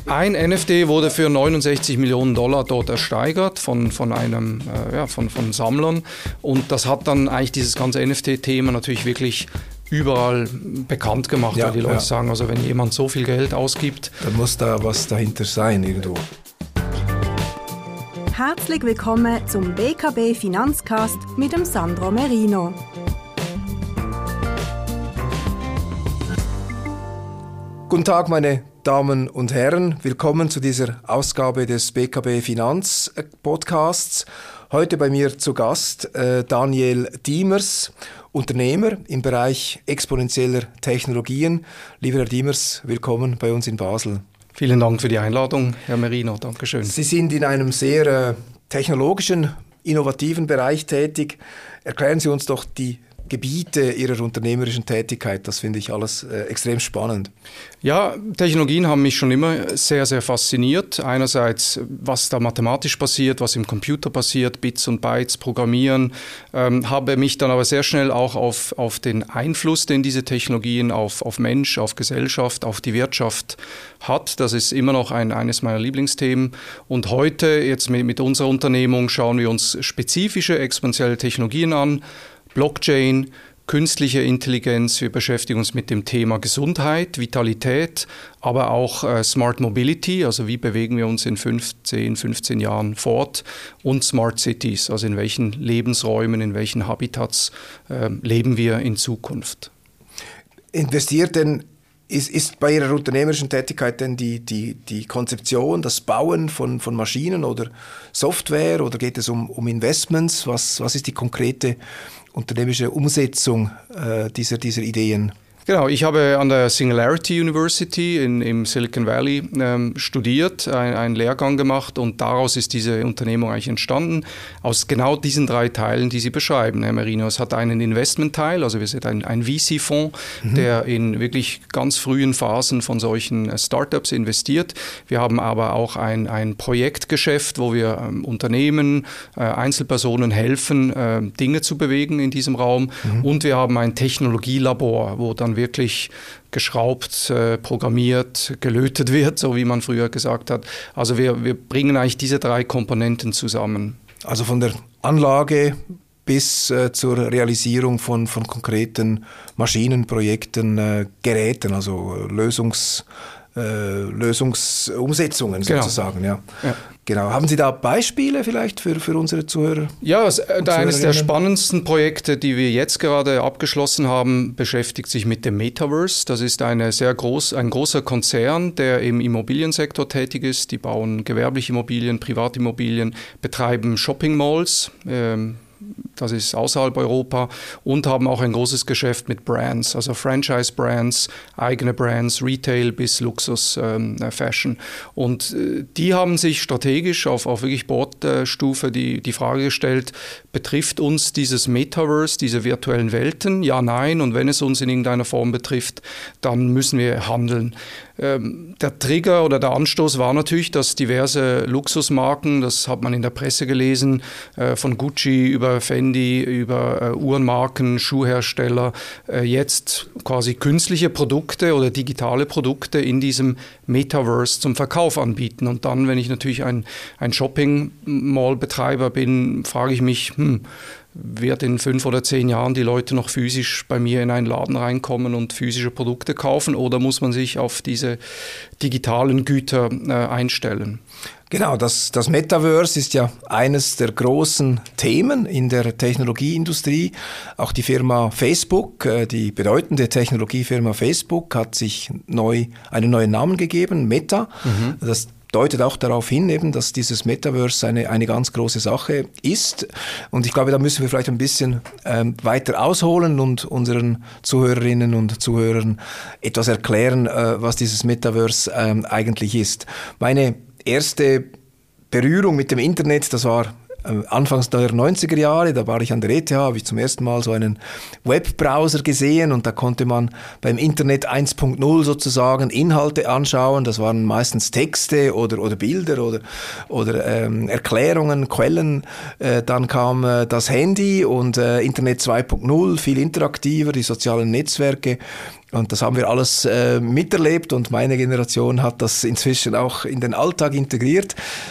Ein NFT wurde für $69 Millionen dort ersteigert von Sammlern. Und das hat dann eigentlich dieses ganze NFT-Thema natürlich wirklich überall bekannt gemacht, weil die Leute sagen, also wenn jemand so viel Geld ausgibt, dann muss da was dahinter sein irgendwo. Herzlich willkommen zum BKB Finanzcast mit dem Sandro Merino. Guten Tag, meine Damen und Herren. Willkommen zu dieser Ausgabe des BKB Finanz Podcasts. Heute bei mir zu Gast Daniel Diemers, Unternehmer im Bereich exponentieller Technologien. Lieber Herr Diemers, willkommen bei uns in Basel. Vielen Dank für die Einladung, Herr Merino. Dankeschön. Sie sind in einem sehr technologischen, innovativen Bereich tätig. Erklären Sie uns doch die Gebiete Ihrer unternehmerischen Tätigkeit. Das finde ich alles extrem spannend. Ja, Technologien haben mich schon immer sehr, sehr fasziniert. Einerseits, was da mathematisch passiert, was im Computer passiert, Bits und Bytes, Programmieren. Habe mich dann aber sehr schnell auch auf den Einfluss, den diese Technologien auf Mensch, auf Gesellschaft, auf die Wirtschaft hat. Das ist immer noch eines meiner Lieblingsthemen. Und heute, jetzt mit unserer Unternehmung, schauen wir uns spezifische exponentielle Technologien an. Blockchain, künstliche Intelligenz, wir beschäftigen uns mit dem Thema Gesundheit, Vitalität, aber auch Smart Mobility, also wie bewegen wir uns in 15 Jahren fort, und Smart Cities, also in welchen Lebensräumen, in welchen Habitats leben wir in Zukunft. Investiert denn, ist bei Ihrer unternehmerischen Tätigkeit denn die Konzeption, das Bauen von Maschinen oder Software, oder geht es um Investments? Was ist die konkrete unternehmerische Umsetzung dieser Ideen? Genau, ich habe an der Singularity University im Silicon Valley studiert, einen Lehrgang gemacht, und daraus ist diese Unternehmung eigentlich entstanden, aus genau diesen 3 Teilen, die Sie beschreiben, Herr Merino. Es hat einen Investment-Teil, also wir sind ein VC-Fonds, der in wirklich ganz frühen Phasen von solchen Startups investiert. Wir haben aber auch ein Projektgeschäft, wo wir Unternehmen, Einzelpersonen helfen, Dinge zu bewegen in diesem Raum, und wir haben ein Technologielabor, wo dann wirklich geschraubt, programmiert, gelötet wird, so wie man früher gesagt hat. Also wir bringen eigentlich diese 3 Komponenten zusammen. Also von der Anlage bis zur Realisierung von konkreten Maschinenprojekten, Geräten, also Lösungsumsetzungen sozusagen. Ja. Genau. Haben Sie da Beispiele vielleicht für unsere Zuhörer? Ja, eines der spannendsten Projekte, die wir jetzt gerade abgeschlossen haben, beschäftigt sich mit dem Metaverse. Das ist ein großer Konzern, der im Immobiliensektor tätig ist. Die bauen gewerbliche Immobilien, Privatimmobilien, betreiben Shopping-Malls, das ist außerhalb Europa, und haben auch ein großes Geschäft mit Brands, also Franchise-Brands, eigene Brands, Retail bis Luxus, Fashion. Und die haben sich strategisch auf wirklich Bordstufe die Frage gestellt, betrifft uns dieses Metaverse, diese virtuellen Welten? Ja, nein. Und wenn es uns in irgendeiner Form betrifft, dann müssen wir handeln. Der Trigger oder der Anstoß war natürlich, dass diverse Luxusmarken, das hat man in der Presse gelesen, von Gucci über Fendi, über Uhrenmarken, Schuhhersteller, jetzt quasi künstliche Produkte oder digitale Produkte in diesem Metaverse zum Verkauf anbieten. Und dann, wenn ich natürlich ein Shopping-Mall-Betreiber bin, frage ich mich, wird in 5 oder 10 Jahren die Leute noch physisch bei mir in einen Laden reinkommen und physische Produkte kaufen, oder muss man sich auf diese digitalen Güter einstellen? Genau, das Metaverse ist ja eines der großen Themen in der Technologieindustrie. Auch die Firma Facebook, die bedeutende Technologiefirma Facebook, hat sich einen neuen Namen gegeben, Meta. Das deutet auch darauf hin, eben, dass dieses Metaverse eine ganz große Sache ist. Und ich glaube, da müssen wir vielleicht ein bisschen weiter ausholen und unseren Zuhörerinnen und Zuhörern etwas erklären, was dieses Metaverse eigentlich ist. Meine erste Berührung mit dem Internet, das war Anfangs der 90er Jahre, da war ich an der ETH, habe ich zum ersten Mal so einen Webbrowser gesehen, und da konnte man beim Internet 1.0 sozusagen Inhalte anschauen. Das waren meistens Texte oder Bilder oder Erklärungen, Quellen. Dann kam das Handy und Internet 2.0, viel interaktiver, die sozialen Netzwerke. Und das haben wir alles miterlebt und meine Generation hat das inzwischen auch in den Alltag integriert.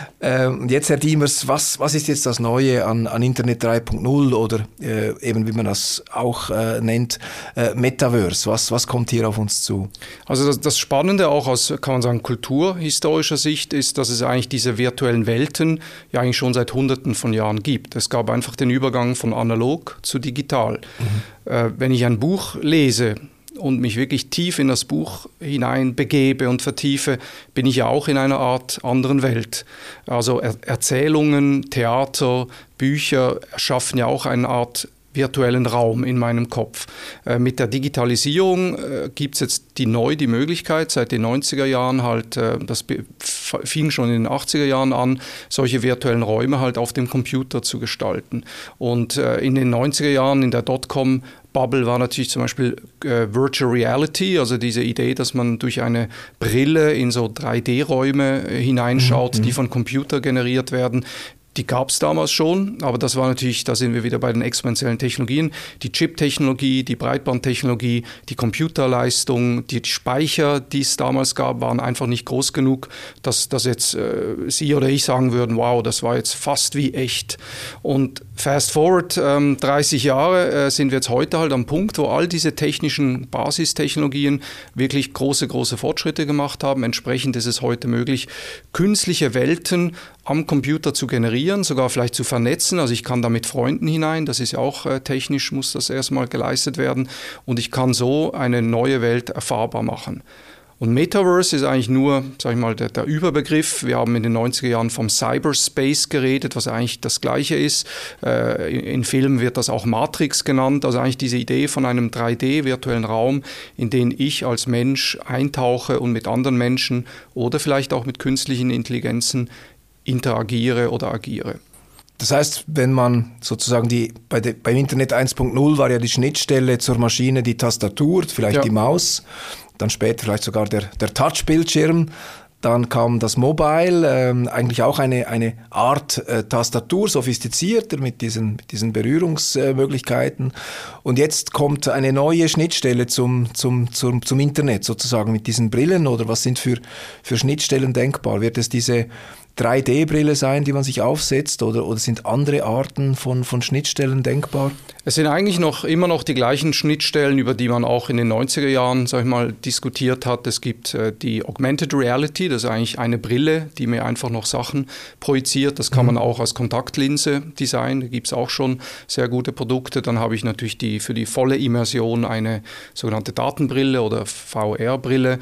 Und jetzt, Herr Diemers, was ist jetzt das Neue an Internet 3.0 oder eben, wie man das auch nennt, Metaverse? Was kommt hier auf uns zu? Also das Spannende auch aus, kann man sagen, kulturhistorischer Sicht ist, dass es eigentlich diese virtuellen Welten ja eigentlich schon seit Hunderten von Jahren gibt. Es gab einfach den Übergang von analog zu digital. Wenn ich ein Buch lese und mich wirklich tief in das Buch hinein begebe und vertiefe, bin ich ja auch in einer Art anderen Welt. Also Erzählungen, Theater, Bücher schaffen ja auch eine Art virtuellen Raum in meinem Kopf. Mit der Digitalisierung gibt es jetzt die Möglichkeit, seit den 90er Jahren halt, das fing schon in den 80er Jahren an, solche virtuellen Räume halt auf dem Computer zu gestalten. Und in den 90er Jahren in der Dotcom-Bubble war natürlich zum Beispiel Virtual Reality, also diese Idee, dass man durch eine Brille in so 3D-Räume hineinschaut, die von Computer generiert werden. Die gab es damals schon, aber das war natürlich, da sind wir wieder bei den exponentiellen Technologien, die Chip-Technologie, die Breitbandtechnologie, die Computerleistung, die Speicher, die es damals gab, waren einfach nicht groß genug, dass jetzt Sie oder ich sagen würden, wow, das war jetzt fast wie echt. Und fast forward 30 Jahre sind wir jetzt heute halt am Punkt, wo all diese technischen Basistechnologien wirklich große Fortschritte gemacht haben. Entsprechend ist es heute möglich, künstliche Welten am Computer zu generieren, sogar vielleicht zu vernetzen. Also ich kann da mit Freunden hinein, das ist ja auch technisch, muss das erstmal geleistet werden. Und ich kann so eine neue Welt erfahrbar machen. Und Metaverse ist eigentlich nur, sag ich mal, der Überbegriff. Wir haben in den 90er Jahren vom Cyberspace geredet, was eigentlich das Gleiche ist. In Filmen wird das auch Matrix genannt, also eigentlich diese Idee von einem 3D-virtuellen Raum, in den ich als Mensch eintauche und mit anderen Menschen oder vielleicht auch mit künstlichen Intelligenzen interagiere oder agiere. Das heißt, wenn man sozusagen beim Internet 1.0 war ja die Schnittstelle zur Maschine die Tastatur, vielleicht die Maus, dann später vielleicht sogar der Touchbildschirm, dann kam das Mobile, eigentlich auch eine Art Tastatur, sophistizierter mit diesen Berührungsmöglichkeiten. Und jetzt kommt eine neue Schnittstelle zum Internet sozusagen mit diesen Brillen, oder was sind für Schnittstellen denkbar? Wird es diese 3D-Brille sein, die man sich aufsetzt, oder sind andere Arten von Schnittstellen denkbar? Es sind eigentlich immer noch die gleichen Schnittstellen, über die man auch in den 90er Jahren, sag ich mal, diskutiert hat. Es gibt die Augmented Reality, das ist eigentlich eine Brille, die mir einfach noch Sachen projiziert. Das kann man auch als Kontaktlinse designen, da gibt es auch schon sehr gute Produkte. Dann habe ich natürlich für die volle Immersion eine sogenannte Datenbrille oder VR-Brille.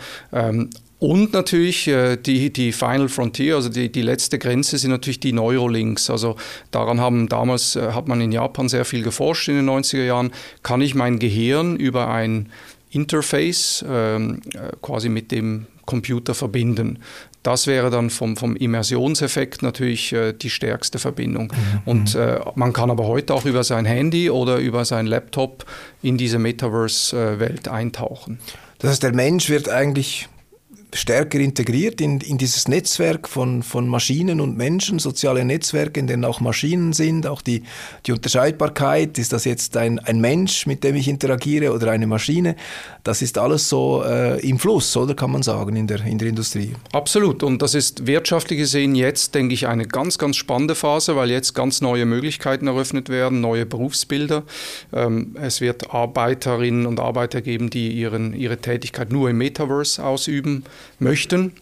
Und natürlich die Final Frontier, also die letzte Grenze sind natürlich die Neurolinks. Also daran hat man in Japan sehr viel geforscht in den 90er Jahren. Kann ich mein Gehirn über ein Interface quasi mit dem Computer verbinden? Das wäre dann vom Immersionseffekt natürlich die stärkste Verbindung. Und man kann aber heute auch über sein Handy oder über sein Laptop in diese Metaverse-Welt eintauchen. Das heißt, der Mensch wird eigentlich stärker integriert in dieses Netzwerk von Maschinen und Menschen, soziale Netzwerke, in denen auch Maschinen sind, auch die Unterscheidbarkeit, ist das jetzt ein Mensch, mit dem ich interagiere, oder eine Maschine, das ist alles so im Fluss, oder kann man sagen, in der Industrie. Absolut, und das ist wirtschaftlich gesehen jetzt, denke ich, eine ganz spannende Phase, weil jetzt ganz neue Möglichkeiten eröffnet werden, neue Berufsbilder. Es wird Arbeiterinnen und Arbeiter geben, die ihre Tätigkeit nur im Metaverse ausüben möchten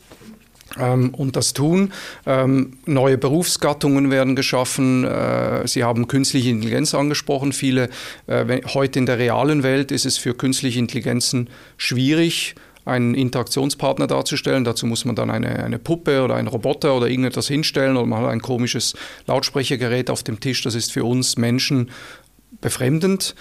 und das tun. Neue Berufsgattungen werden geschaffen. Sie haben künstliche Intelligenz angesprochen. Heute in der realen Welt ist es für künstliche Intelligenzen schwierig, einen Interaktionspartner darzustellen. Dazu muss man dann eine Puppe oder einen Roboter oder irgendetwas hinstellen, oder man hat ein komisches Lautsprechergerät auf dem Tisch. Das ist für uns Menschen befremdend.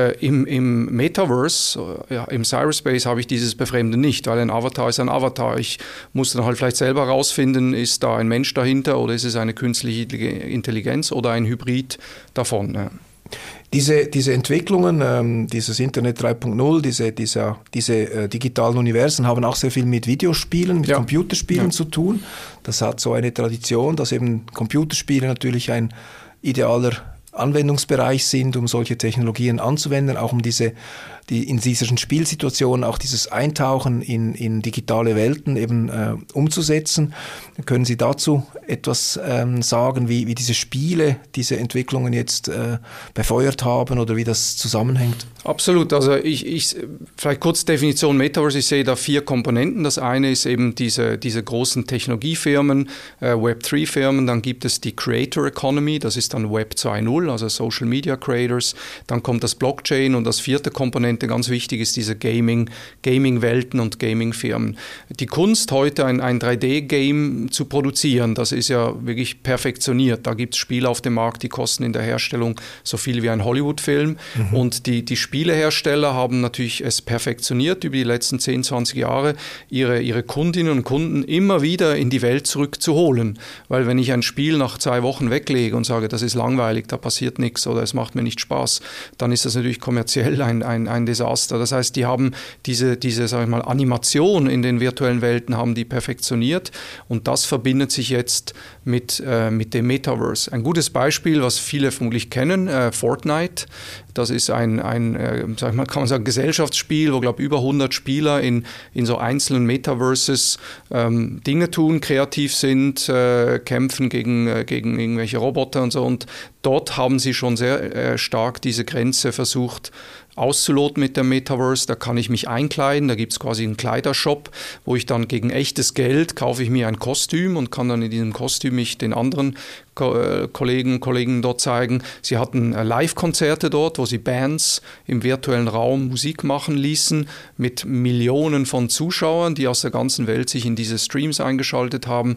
Im Metaverse, im Cyberspace habe ich dieses Befremden nicht, weil ein Avatar ist ein Avatar. Ich muss dann halt vielleicht selber rausfinden, ist da ein Mensch dahinter oder ist es eine künstliche Intelligenz oder ein Hybrid davon. Ja. Diese Entwicklungen, dieses Internet 3.0, diese digitalen Universen haben auch sehr viel mit Videospielen, mit Computerspielen zu tun. Das hat so eine Tradition, dass eben Computerspiele natürlich ein idealer Anwendungsbereich sind, um solche Technologien anzuwenden, auch um in dieser Spielsituation auch dieses Eintauchen in digitale Welten eben umzusetzen. Können Sie dazu etwas sagen, wie diese Spiele diese Entwicklungen jetzt befeuert haben oder wie das zusammenhängt? Absolut. Also ich vielleicht kurz Definition Metaverse. Ich sehe da 4 Komponenten. Das eine ist eben diese großen Technologiefirmen, Web3-Firmen. Dann gibt es die Creator Economy. Das ist dann Web 2.0, also Social Media Creators. Dann kommt das Blockchain und das 4. Komponente, ganz wichtig, ist diese Gaming-Welten und Gaming-Firmen. Die Kunst, heute ein 3D-Game zu produzieren, das ist ja wirklich perfektioniert. Da gibt es Spiele auf dem Markt, die kosten in der Herstellung so viel wie ein Hollywood-Film. Und die Spielehersteller haben natürlich es perfektioniert über die letzten 10, 20 Jahre, ihre Kundinnen und Kunden immer wieder in die Welt zurückzuholen. Weil wenn ich ein Spiel nach 2 Wochen weglege und sage, das ist langweilig, da passiert nichts oder es macht mir nicht Spaß, dann ist das natürlich kommerziell ein Desaster. Das heißt, die haben diese sag ich mal, Animation in den virtuellen Welten haben die perfektioniert und das verbindet sich jetzt mit dem Metaverse. Ein gutes Beispiel, was viele vermutlich kennen, Fortnite. Das ist sag ich mal, kann man sagen, Gesellschaftsspiel, wo, glaube ich, über 100 Spieler in so einzelnen Metaverses Dinge tun, kreativ sind, kämpfen gegen irgendwelche Roboter und so. Und dort haben sie schon sehr stark diese Grenze versucht auszuloten mit dem Metaverse. Da kann ich mich einkleiden, da gibt es quasi einen Kleidershop, wo ich dann gegen echtes Geld kaufe ich mir ein Kostüm und kann dann in diesem Kostüm mich den anderen Kollegen dort zeigen. Sie hatten Live-Konzerte dort, wo sie Bands im virtuellen Raum Musik machen ließen mit Millionen von Zuschauern, die aus der ganzen Welt sich in diese Streams eingeschaltet haben.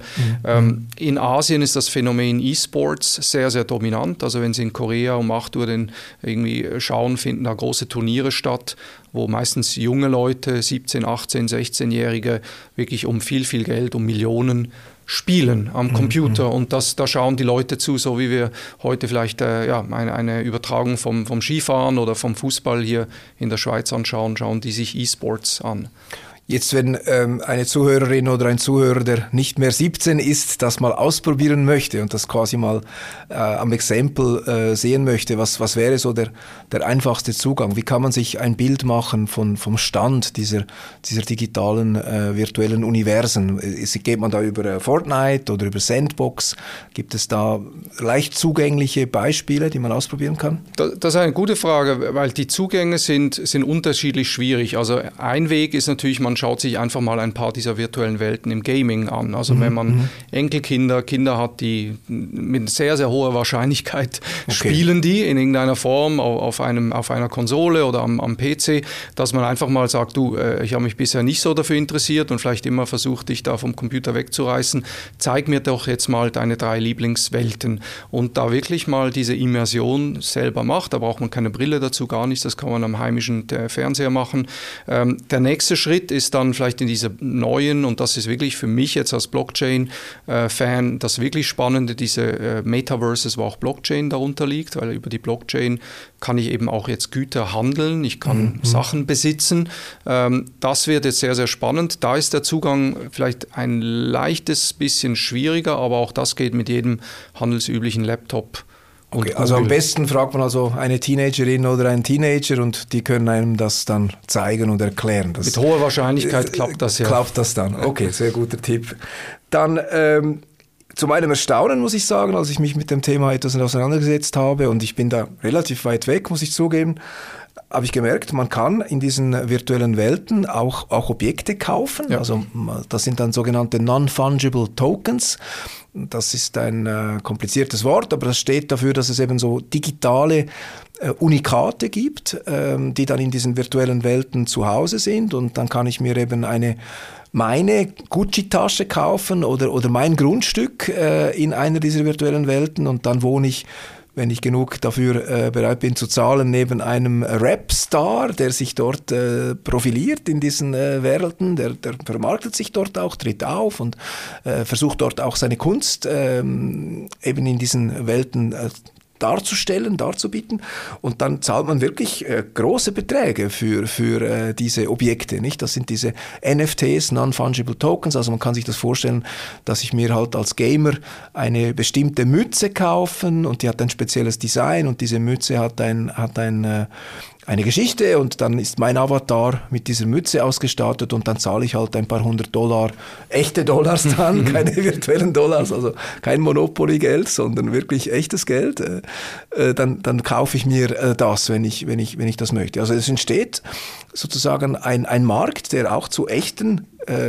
In Asien ist das Phänomen E-Sports sehr, sehr dominant. Also wenn Sie in Korea um 8 Uhr irgendwie schauen, finden da große Turniere statt, wo meistens junge Leute, 17, 18, 16-Jährige, wirklich um viel, viel Geld, um Millionen spielen am Computer und da schauen die Leute zu, so wie wir heute vielleicht eine Übertragung vom Skifahren oder vom Fußball hier in der Schweiz anschauen, schauen die sich E-Sports an. Jetzt, wenn eine Zuhörerin oder ein Zuhörer, der nicht mehr 17 ist, das mal ausprobieren möchte und das quasi mal am Exempel sehen möchte, was wäre so der einfachste Zugang? Wie kann man sich ein Bild machen vom Stand dieser digitalen virtuellen Universen? Geht man da über Fortnite oder über Sandbox? Gibt es da leicht zugängliche Beispiele, die man ausprobieren kann? Das ist eine gute Frage, weil die Zugänge sind unterschiedlich schwierig. Also ein Weg ist natürlich, man schaut sich einfach mal ein paar dieser virtuellen Welten im Gaming an. Also wenn man Enkelkinder, Kinder hat, die mit sehr, sehr hoher Wahrscheinlichkeit spielen die in irgendeiner Form auf einer Konsole oder am PC, dass man einfach mal sagt, ich habe mich bisher nicht so dafür interessiert und vielleicht immer versucht, dich da vom Computer wegzureißen. Zeig mir doch jetzt mal deine 3 Lieblingswelten und da wirklich mal diese Immersion selber macht. Da braucht man keine Brille dazu, gar nichts. Das kann man am heimischen Fernseher machen. Der nächste Schritt ist dann vielleicht in diese neuen, und das ist wirklich für mich jetzt als Blockchain-Fan das wirklich Spannende, diese Metaverses, wo auch Blockchain darunter liegt, weil über die Blockchain kann ich eben auch jetzt Güter handeln, ich kann Sachen besitzen. Das wird jetzt sehr, sehr spannend. Da ist der Zugang vielleicht ein leichtes bisschen schwieriger, aber auch das geht mit jedem handelsüblichen Laptop. Okay, also am besten fragt man also eine Teenagerin oder einen Teenager und die können einem das dann zeigen und erklären. Mit hoher Wahrscheinlichkeit klappt das ja. Klappt das dann, okay, sehr guter Tipp. Dann zu meinem Erstaunen muss ich sagen, als ich mich mit dem Thema etwas auseinandergesetzt habe und ich bin da relativ weit weg, muss ich zugeben, habe ich gemerkt, man kann in diesen virtuellen Welten auch Objekte kaufen. Ja. Also das sind dann sogenannte Non-Fungible Tokens. Das ist ein kompliziertes Wort, aber das steht dafür, dass es eben so digitale Unikate gibt, die dann in diesen virtuellen Welten zu Hause sind und dann kann ich mir eben meine Gucci-Tasche kaufen oder mein Grundstück in einer dieser virtuellen Welten und dann wohne ich, wenn ich genug dafür bereit bin zu zahlen, neben einem Rap-Star, der sich dort profiliert in diesen Welten, der vermarktet sich dort auch, tritt auf und versucht dort auch seine Kunst eben in diesen Welten darzubieten, und dann zahlt man wirklich große Beträge für diese Objekte, nicht? Das sind diese NFTs, Non-Fungible Tokens, also man kann sich das vorstellen, dass ich mir halt als Gamer eine bestimmte Mütze kaufen, und die hat ein spezielles Design, und diese Mütze hat eine Geschichte, und dann ist mein Avatar mit dieser Mütze ausgestattet, und dann zahle ich halt ein paar $100, echte Dollars dann, keine virtuellen Dollars, also kein Monopoly-Geld, sondern wirklich echtes Geld. Dann kaufe ich mir das, wenn ich das möchte. Also es entsteht sozusagen ein Markt, der auch zu echtem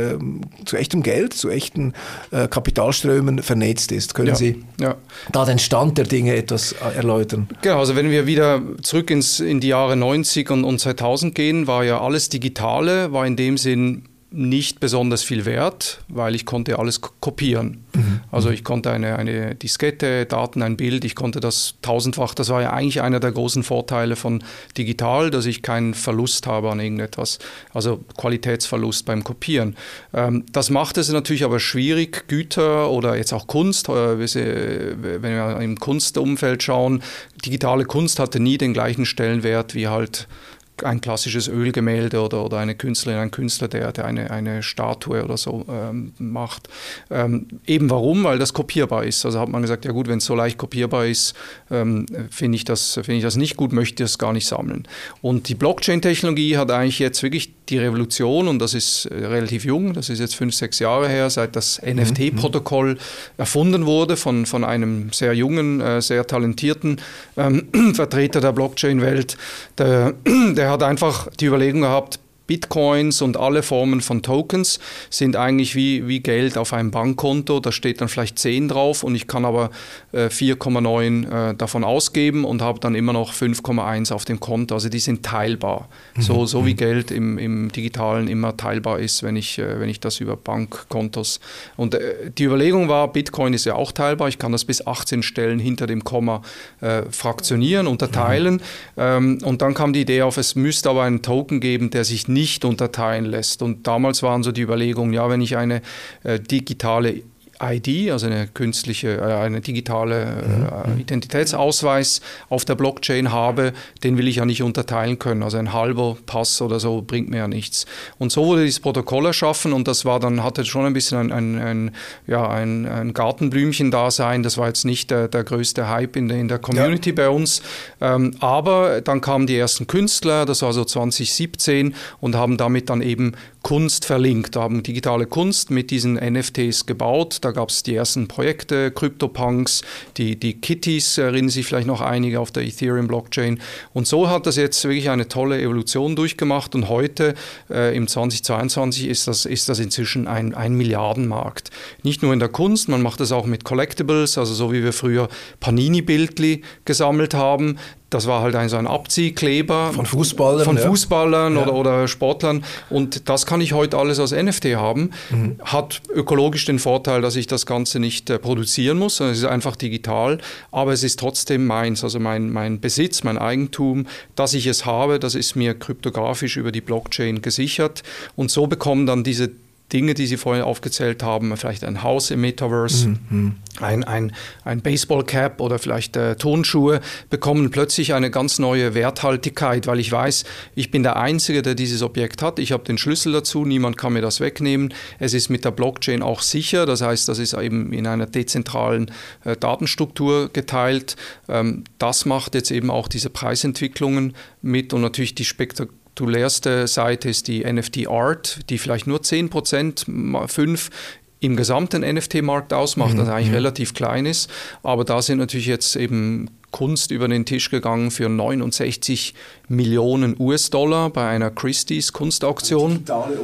Geld, zu echten Kapitalströmen vernetzt ist. Können Sie da den Stand der Dinge etwas erläutern? Genau, also wenn wir wieder zurück in die Jahre 90 und 2000 gehen, war ja alles Digitale, war in dem Sinn nicht besonders viel wert, weil ich konnte alles kopieren. Also ich konnte eine Diskette, Daten, ein Bild, ich konnte das tausendfach. Das war ja eigentlich einer der großen Vorteile von digital, dass ich keinen Verlust habe an irgendetwas, also Qualitätsverlust beim Kopieren. Das macht es natürlich aber schwierig, Güter oder jetzt auch Kunst, wenn wir im Kunstumfeld schauen, digitale Kunst hatte nie den gleichen Stellenwert wie halt ein klassisches Ölgemälde oder eine Künstlerin, ein Künstler, der eine Statue oder so macht. Eben warum? Weil das kopierbar ist. Also hat man gesagt, ja gut, wenn es so leicht kopierbar ist, finde ich das nicht gut, möchte ich das gar nicht sammeln. Und die Blockchain-Technologie hat eigentlich jetzt wirklich die Revolution, und das ist relativ jung, das ist jetzt 5-6 Jahre her, seit das NFT-Protokoll erfunden wurde von einem sehr jungen, sehr talentierten Vertreter der Blockchain-Welt. Der hat einfach die Überlegung gehabt, Bitcoins und alle Formen von Tokens sind eigentlich wie Geld auf einem Bankkonto. Da steht dann vielleicht 10 drauf, und ich kann aber 4,9 davon ausgeben und habe dann immer noch 5,1 auf dem Konto. Also die sind teilbar. So wie Geld im Digitalen immer teilbar ist, wenn ich das über Bankkontos. Und die Überlegung war, Bitcoin ist ja auch teilbar. Ich kann das bis 18 Stellen hinter dem Komma fraktionieren, unterteilen. Und dann kam die Idee auf, es müsste aber einen Token geben, der sich nicht unterteilen lässt. Und damals waren so die Überlegungen, ja, wenn ich eine digitale ID, also eine digitale Identitätsausweis auf der Blockchain habe, den will ich ja nicht unterteilen können. Also ein halber Pass oder so bringt mir ja nichts. Und so wurde dieses Protokoll erschaffen, und das war dann, hatte schon ein bisschen ein Gartenblümchen-Dasein. Das war jetzt nicht der größte Hype in der Community bei uns. Aber dann kamen die ersten Künstler, das war so 2017, und haben damit dann eben Kunst verlinkt, haben digitale Kunst mit diesen NFTs gebaut. Da gab es die ersten Projekte, CryptoPunks, die Kitties, erinnern sich vielleicht noch einige auf der Ethereum-Blockchain. Und so hat das jetzt wirklich eine tolle Evolution durchgemacht, und heute im 2022 ist das inzwischen ein Milliardenmarkt. Nicht nur in der Kunst, man macht das auch mit Collectibles, also so wie wir früher Panini-Bildli gesammelt haben. Das war halt so ein Abziehkleber von Fußballern oder Sportlern, und das kann ich heute alles als NFT haben. Hat ökologisch den Vorteil, dass ich das Ganze nicht produzieren muss, sondern es ist einfach digital, aber es ist trotzdem meins, also mein Besitz, mein Eigentum, dass ich es habe, das ist mir kryptografisch über die Blockchain gesichert, und so bekommen dann diese Dinge, die Sie vorhin aufgezählt haben, vielleicht ein Haus im Metaverse, ein Baseballcap oder vielleicht Turnschuhe, bekommen plötzlich eine ganz neue Werthaltigkeit, weil ich weiß, ich bin der Einzige, der dieses Objekt hat. Ich habe den Schlüssel dazu, niemand kann mir das wegnehmen. Es ist mit der Blockchain auch sicher, das heißt, das ist eben in einer dezentralen Datenstruktur geteilt. Das macht jetzt eben auch diese Preisentwicklungen mit, und natürlich die spektakulärste Seite ist die NFT-Art, die vielleicht nur 10%, 5% im gesamten NFT-Markt ausmacht, das eigentlich relativ klein ist. Aber da sind natürlich jetzt eben Kunst über den Tisch gegangen für 69 Millionen US-Dollar bei einer Christie's Kunstauktion.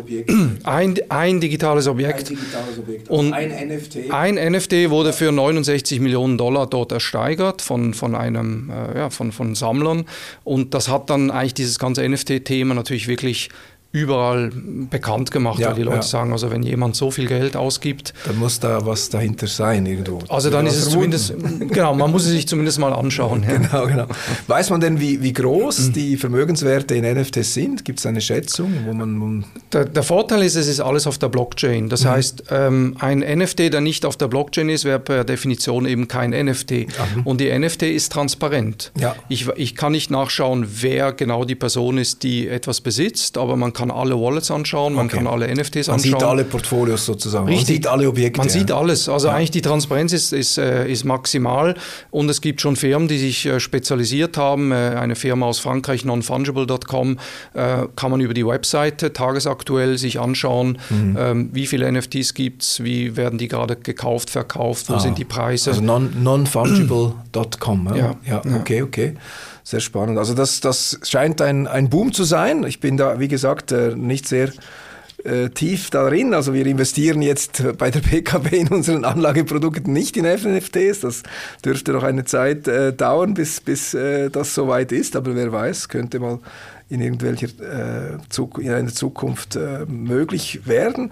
Ein digitales Objekt. Und ein NFT wurde für 69 Millionen Dollar dort ersteigert von Sammlern. Und das hat dann eigentlich dieses ganze NFT-Thema natürlich wirklich überall bekannt gemacht, weil die Leute sagen, also wenn jemand so viel Geld ausgibt, dann muss da was dahinter sein irgendwo. Also dann ist es zumindest, genau, man muss es sich zumindest mal anschauen. Ja. Genau. Weiß man denn, wie groß die Vermögenswerte in NFTs sind? Gibt es eine Schätzung, wo man... Der Vorteil ist, es ist alles auf der Blockchain. Das heißt, ein NFT, der nicht auf der Blockchain ist, wäre per Definition eben kein NFT. Und die NFT ist transparent. Ja. Ich kann nicht nachschauen, wer genau die Person ist, die etwas besitzt, aber man kann alle Wallets anschauen, man kann alle NFTs anschauen. Man sieht alle Portfolios sozusagen, Richtig. Man sieht alle Objekte. Man sieht alles, also eigentlich die Transparenz ist maximal und es gibt schon Firmen, die sich spezialisiert haben. Eine Firma aus Frankreich, nonfungible.com, kann man über die Webseite tagesaktuell sich anschauen, wie viele NFTs gibt es, wie werden die gerade gekauft, verkauft, wo sind die Preise. Also nonfungible.com, ja, okay. Sehr spannend. Also das scheint ein Boom zu sein. Ich bin da, wie gesagt, nicht sehr tief darin. Also wir investieren jetzt bei der BKB in unseren Anlageprodukten nicht in NFTs. Das dürfte noch eine Zeit dauern, bis das soweit ist. Aber wer weiß, könnte mal in irgendeiner Zukunft möglich werden.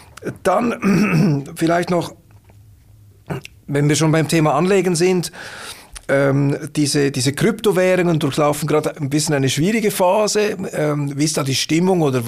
Dann vielleicht noch, wenn wir schon beim Thema Anlegen sind, diese Kryptowährungen durchlaufen gerade ein bisschen eine schwierige Phase. Wie ist da die Stimmung oder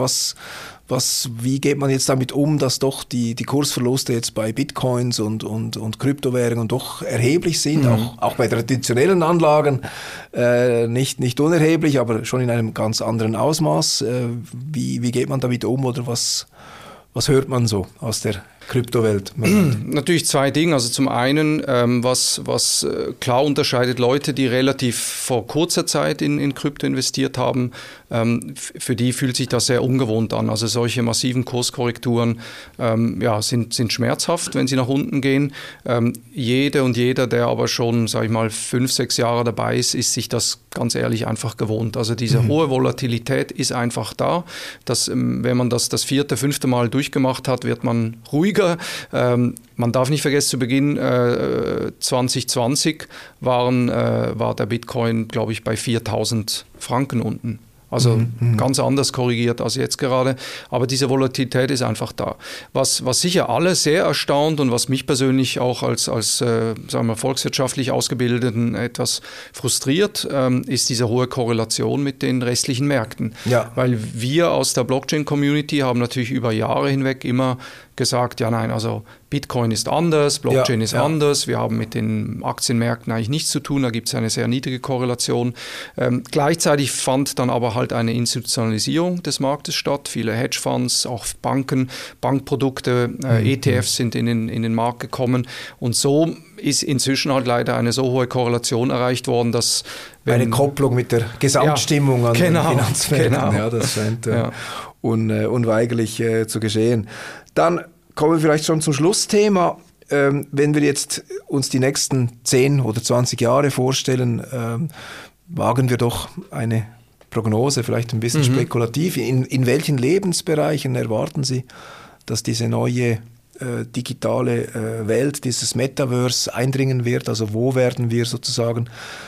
wie geht man jetzt damit um, dass doch die Kursverluste jetzt bei Bitcoins und Kryptowährungen doch erheblich sind, auch bei traditionellen Anlagen nicht unerheblich, aber schon in einem ganz anderen Ausmaß. Wie geht man damit um oder was hört man so aus der Kryptowelt? Natürlich zwei Dinge. Also zum einen, was klar unterscheidet Leute, die relativ vor kurzer Zeit in Krypto investiert haben, für die fühlt sich das sehr ungewohnt an. Also solche massiven Kurskorrekturen sind schmerzhaft, wenn sie nach unten gehen. Jede und jeder, der aber schon, sage ich mal, 5-6 Jahre dabei ist sich das ganz ehrlich einfach gewohnt. Also diese hohe Volatilität ist einfach da. Wenn man das 4., 5. Mal durchgemacht hat, wird man ruhiger. Man darf nicht vergessen, zu Beginn 2020 war der Bitcoin, glaube ich, bei 4.000 Franken unten. Also ganz anders korrigiert als jetzt gerade. Aber diese Volatilität ist einfach da. Was sicher alle sehr erstaunt und was mich persönlich auch als sagen wir, volkswirtschaftlich Ausgebildeten etwas frustriert, ist diese hohe Korrelation mit den restlichen Märkten. Ja. Weil wir aus der Blockchain-Community haben natürlich über Jahre hinweg immer gesagt, ja nein, also Bitcoin ist anders, Blockchain ist anders, wir haben mit den Aktienmärkten eigentlich nichts zu tun, da gibt es eine sehr niedrige Korrelation. Gleichzeitig fand dann aber halt eine Institutionalisierung des Marktes statt, viele Hedgefonds, auch Banken, Bankprodukte, ETFs sind in den Markt gekommen und so ist inzwischen halt leider eine so hohe Korrelation erreicht worden, dass eine Kopplung mit der Gesamtstimmung an den Finanzmärkten, das scheint unweigerlich zu geschehen. Dann kommen wir vielleicht schon zum Schlussthema. Wenn wir jetzt uns die nächsten 10 oder 20 Jahre vorstellen, wagen wir doch eine Prognose, vielleicht ein bisschen spekulativ. In welchen Lebensbereichen erwarten Sie, dass diese neue digitale Welt, dieses Metaverse eindringen wird? Also wo werden wir sozusagen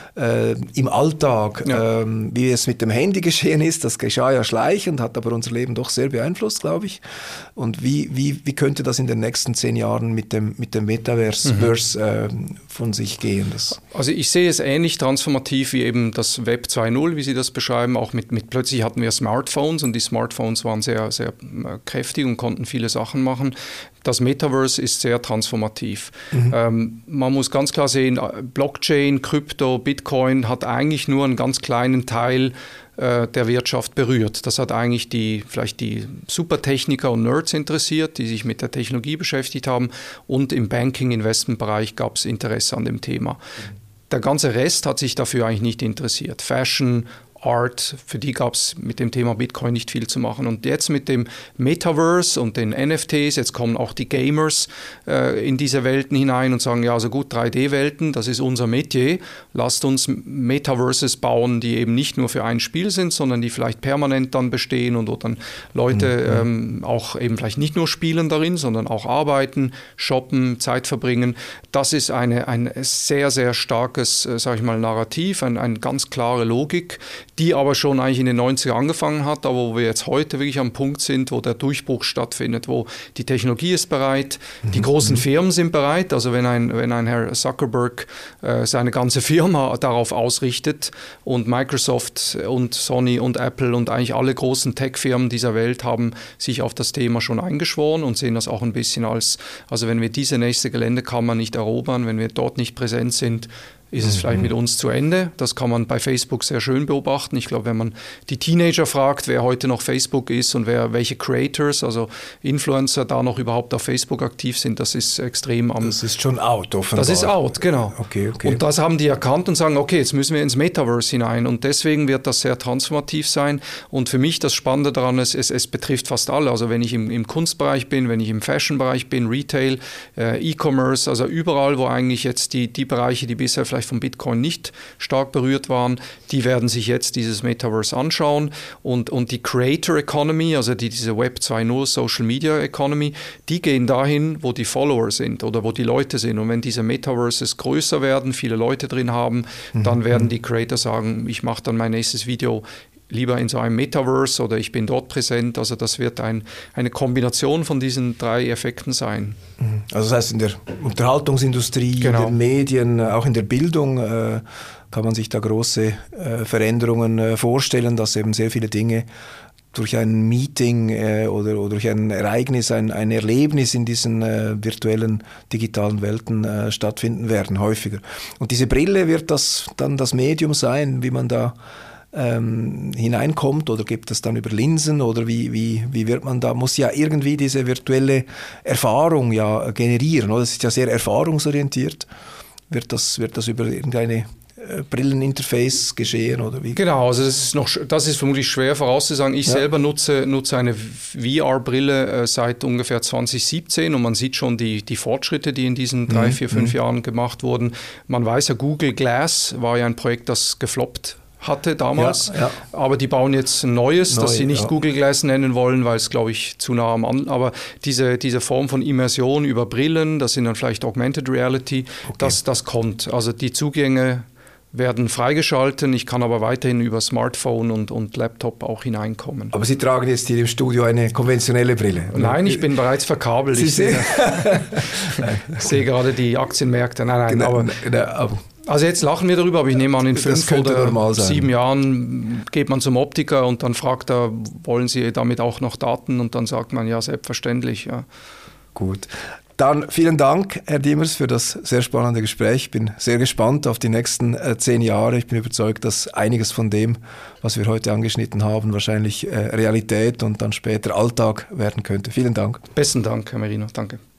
im Alltag, wie es mit dem Handy geschehen ist, das geschah ja schleichend, hat aber unser Leben doch sehr beeinflusst, glaube ich. Und wie könnte das in den nächsten 10 Jahren mit dem Metaverse von sich gehen? Also ich sehe es ähnlich transformativ wie eben das Web 2.0, wie Sie das beschreiben. Auch mit plötzlich hatten wir Smartphones und die Smartphones waren sehr, sehr kräftig und konnten viele Sachen machen. Das Metaverse ist sehr transformativ. Man muss ganz klar sehen, Blockchain, Krypto, Bitcoin hat eigentlich nur einen ganz kleinen Teil der Wirtschaft berührt. Das hat eigentlich vielleicht die Supertechniker und Nerds interessiert, die sich mit der Technologie beschäftigt haben und im Banking-Investment-Bereich gab es Interesse an dem Thema. Der ganze Rest hat sich dafür eigentlich nicht interessiert. Fashion, Art, für die gab es mit dem Thema Bitcoin nicht viel zu machen. Und jetzt mit dem Metaverse und den NFTs, jetzt kommen auch die Gamers in diese Welten hinein und sagen, ja, also gut, 3D-Welten, das ist unser Metier. Lasst uns Metaverses bauen, die eben nicht nur für ein Spiel sind, sondern die vielleicht permanent dann bestehen und wo dann Leute auch eben vielleicht nicht nur spielen darin, sondern auch arbeiten, shoppen, Zeit verbringen. Das ist ein sehr, sehr starkes, sage ich mal, Narrativ, eine ganz klare Logik, die aber schon eigentlich in den 90er angefangen hat, aber wo wir jetzt heute wirklich am Punkt sind, wo der Durchbruch stattfindet, wo die Technologie ist bereit, die großen Firmen sind bereit, also wenn ein Herr Zuckerberg seine ganze Firma darauf ausrichtet und Microsoft und Sony und Apple und eigentlich alle großen Tech-Firmen dieser Welt haben sich auf das Thema schon eingeschworen und sehen das auch ein bisschen als, also wenn wir diese nächste Geländekammer nicht erobern, wenn wir dort nicht präsent sind, ist es vielleicht mit uns zu Ende. Das kann man bei Facebook sehr schön beobachten. Ich glaube, wenn man die Teenager fragt, wer heute noch Facebook ist und welche Creators, also Influencer da noch überhaupt auf Facebook aktiv sind, das ist extrem am... Das ist schon out, offenbar. Das ist out, genau. Okay. Und das haben die erkannt und sagen, okay, jetzt müssen wir ins Metaverse hinein und deswegen wird das sehr transformativ sein. Und für mich das Spannende daran ist, es betrifft fast alle. Also wenn ich im Kunstbereich bin, wenn ich im Fashion-Bereich bin, Retail, E-Commerce, also überall, wo eigentlich jetzt die Bereiche, die bisher vielleicht von Bitcoin nicht stark berührt waren, die werden sich jetzt dieses Metaverse anschauen und die Creator Economy, also diese Web 2.0 Social Media Economy, die gehen dahin, wo die Follower sind oder wo die Leute sind und wenn diese Metaverses größer werden, viele Leute drin haben, dann werden die Creator sagen, ich mache dann mein nächstes Video lieber in so einem Metaverse oder ich bin dort präsent. Also das wird eine Kombination von diesen 3 Effekten sein. Also das heißt, in der Unterhaltungsindustrie, in den Medien, auch in der Bildung kann man sich da große Veränderungen vorstellen, dass eben sehr viele Dinge durch ein Meeting oder durch ein Ereignis, ein Erlebnis in diesen virtuellen, digitalen Welten stattfinden werden, häufiger. Und diese Brille wird das dann das Medium sein, wie man da hineinkommt, oder gibt es dann über Linsen oder wie wird man da, muss ja irgendwie diese virtuelle Erfahrung ja generieren, oder? Das ist ja sehr erfahrungsorientiert. Wird das über irgendeine Brilleninterface geschehen oder wie? Genau, also das ist vermutlich schwer vorauszusagen. Ich selber nutze eine VR-Brille seit ungefähr 2017 und man sieht schon die Fortschritte, die in diesen 3, 4, 5 Jahren gemacht wurden. Man weiß ja, Google Glass war ja ein Projekt, das gefloppt hatte damals, aber die bauen jetzt ein neues, das sie nicht Google Glass nennen wollen, weil es, glaube ich, zu nah am anderen, aber diese Form von Immersion über Brillen, das sind dann vielleicht Augmented Reality, das kommt. Also die Zugänge werden freigeschalten, ich kann aber weiterhin über Smartphone und Laptop auch hineinkommen. Aber Sie tragen jetzt hier im Studio eine konventionelle Brille? Oder? Nein, ich bin bereits verkabelt. Ich sehe gerade die Aktienmärkte. Nein, aber... Also jetzt lachen wir darüber, aber ich nehme an, in 5 oder 7 Jahren geht man zum Optiker und dann fragt er, wollen Sie damit auch noch Daten? Und dann sagt man, ja, selbstverständlich. Ja. Gut. Dann vielen Dank, Herr Diemers, für das sehr spannende Gespräch. Ich bin sehr gespannt auf die nächsten 10 Jahre. Ich bin überzeugt, dass einiges von dem, was wir heute angeschnitten haben, wahrscheinlich Realität und dann später Alltag werden könnte. Vielen Dank. Besten Dank, Herr Merino. Danke.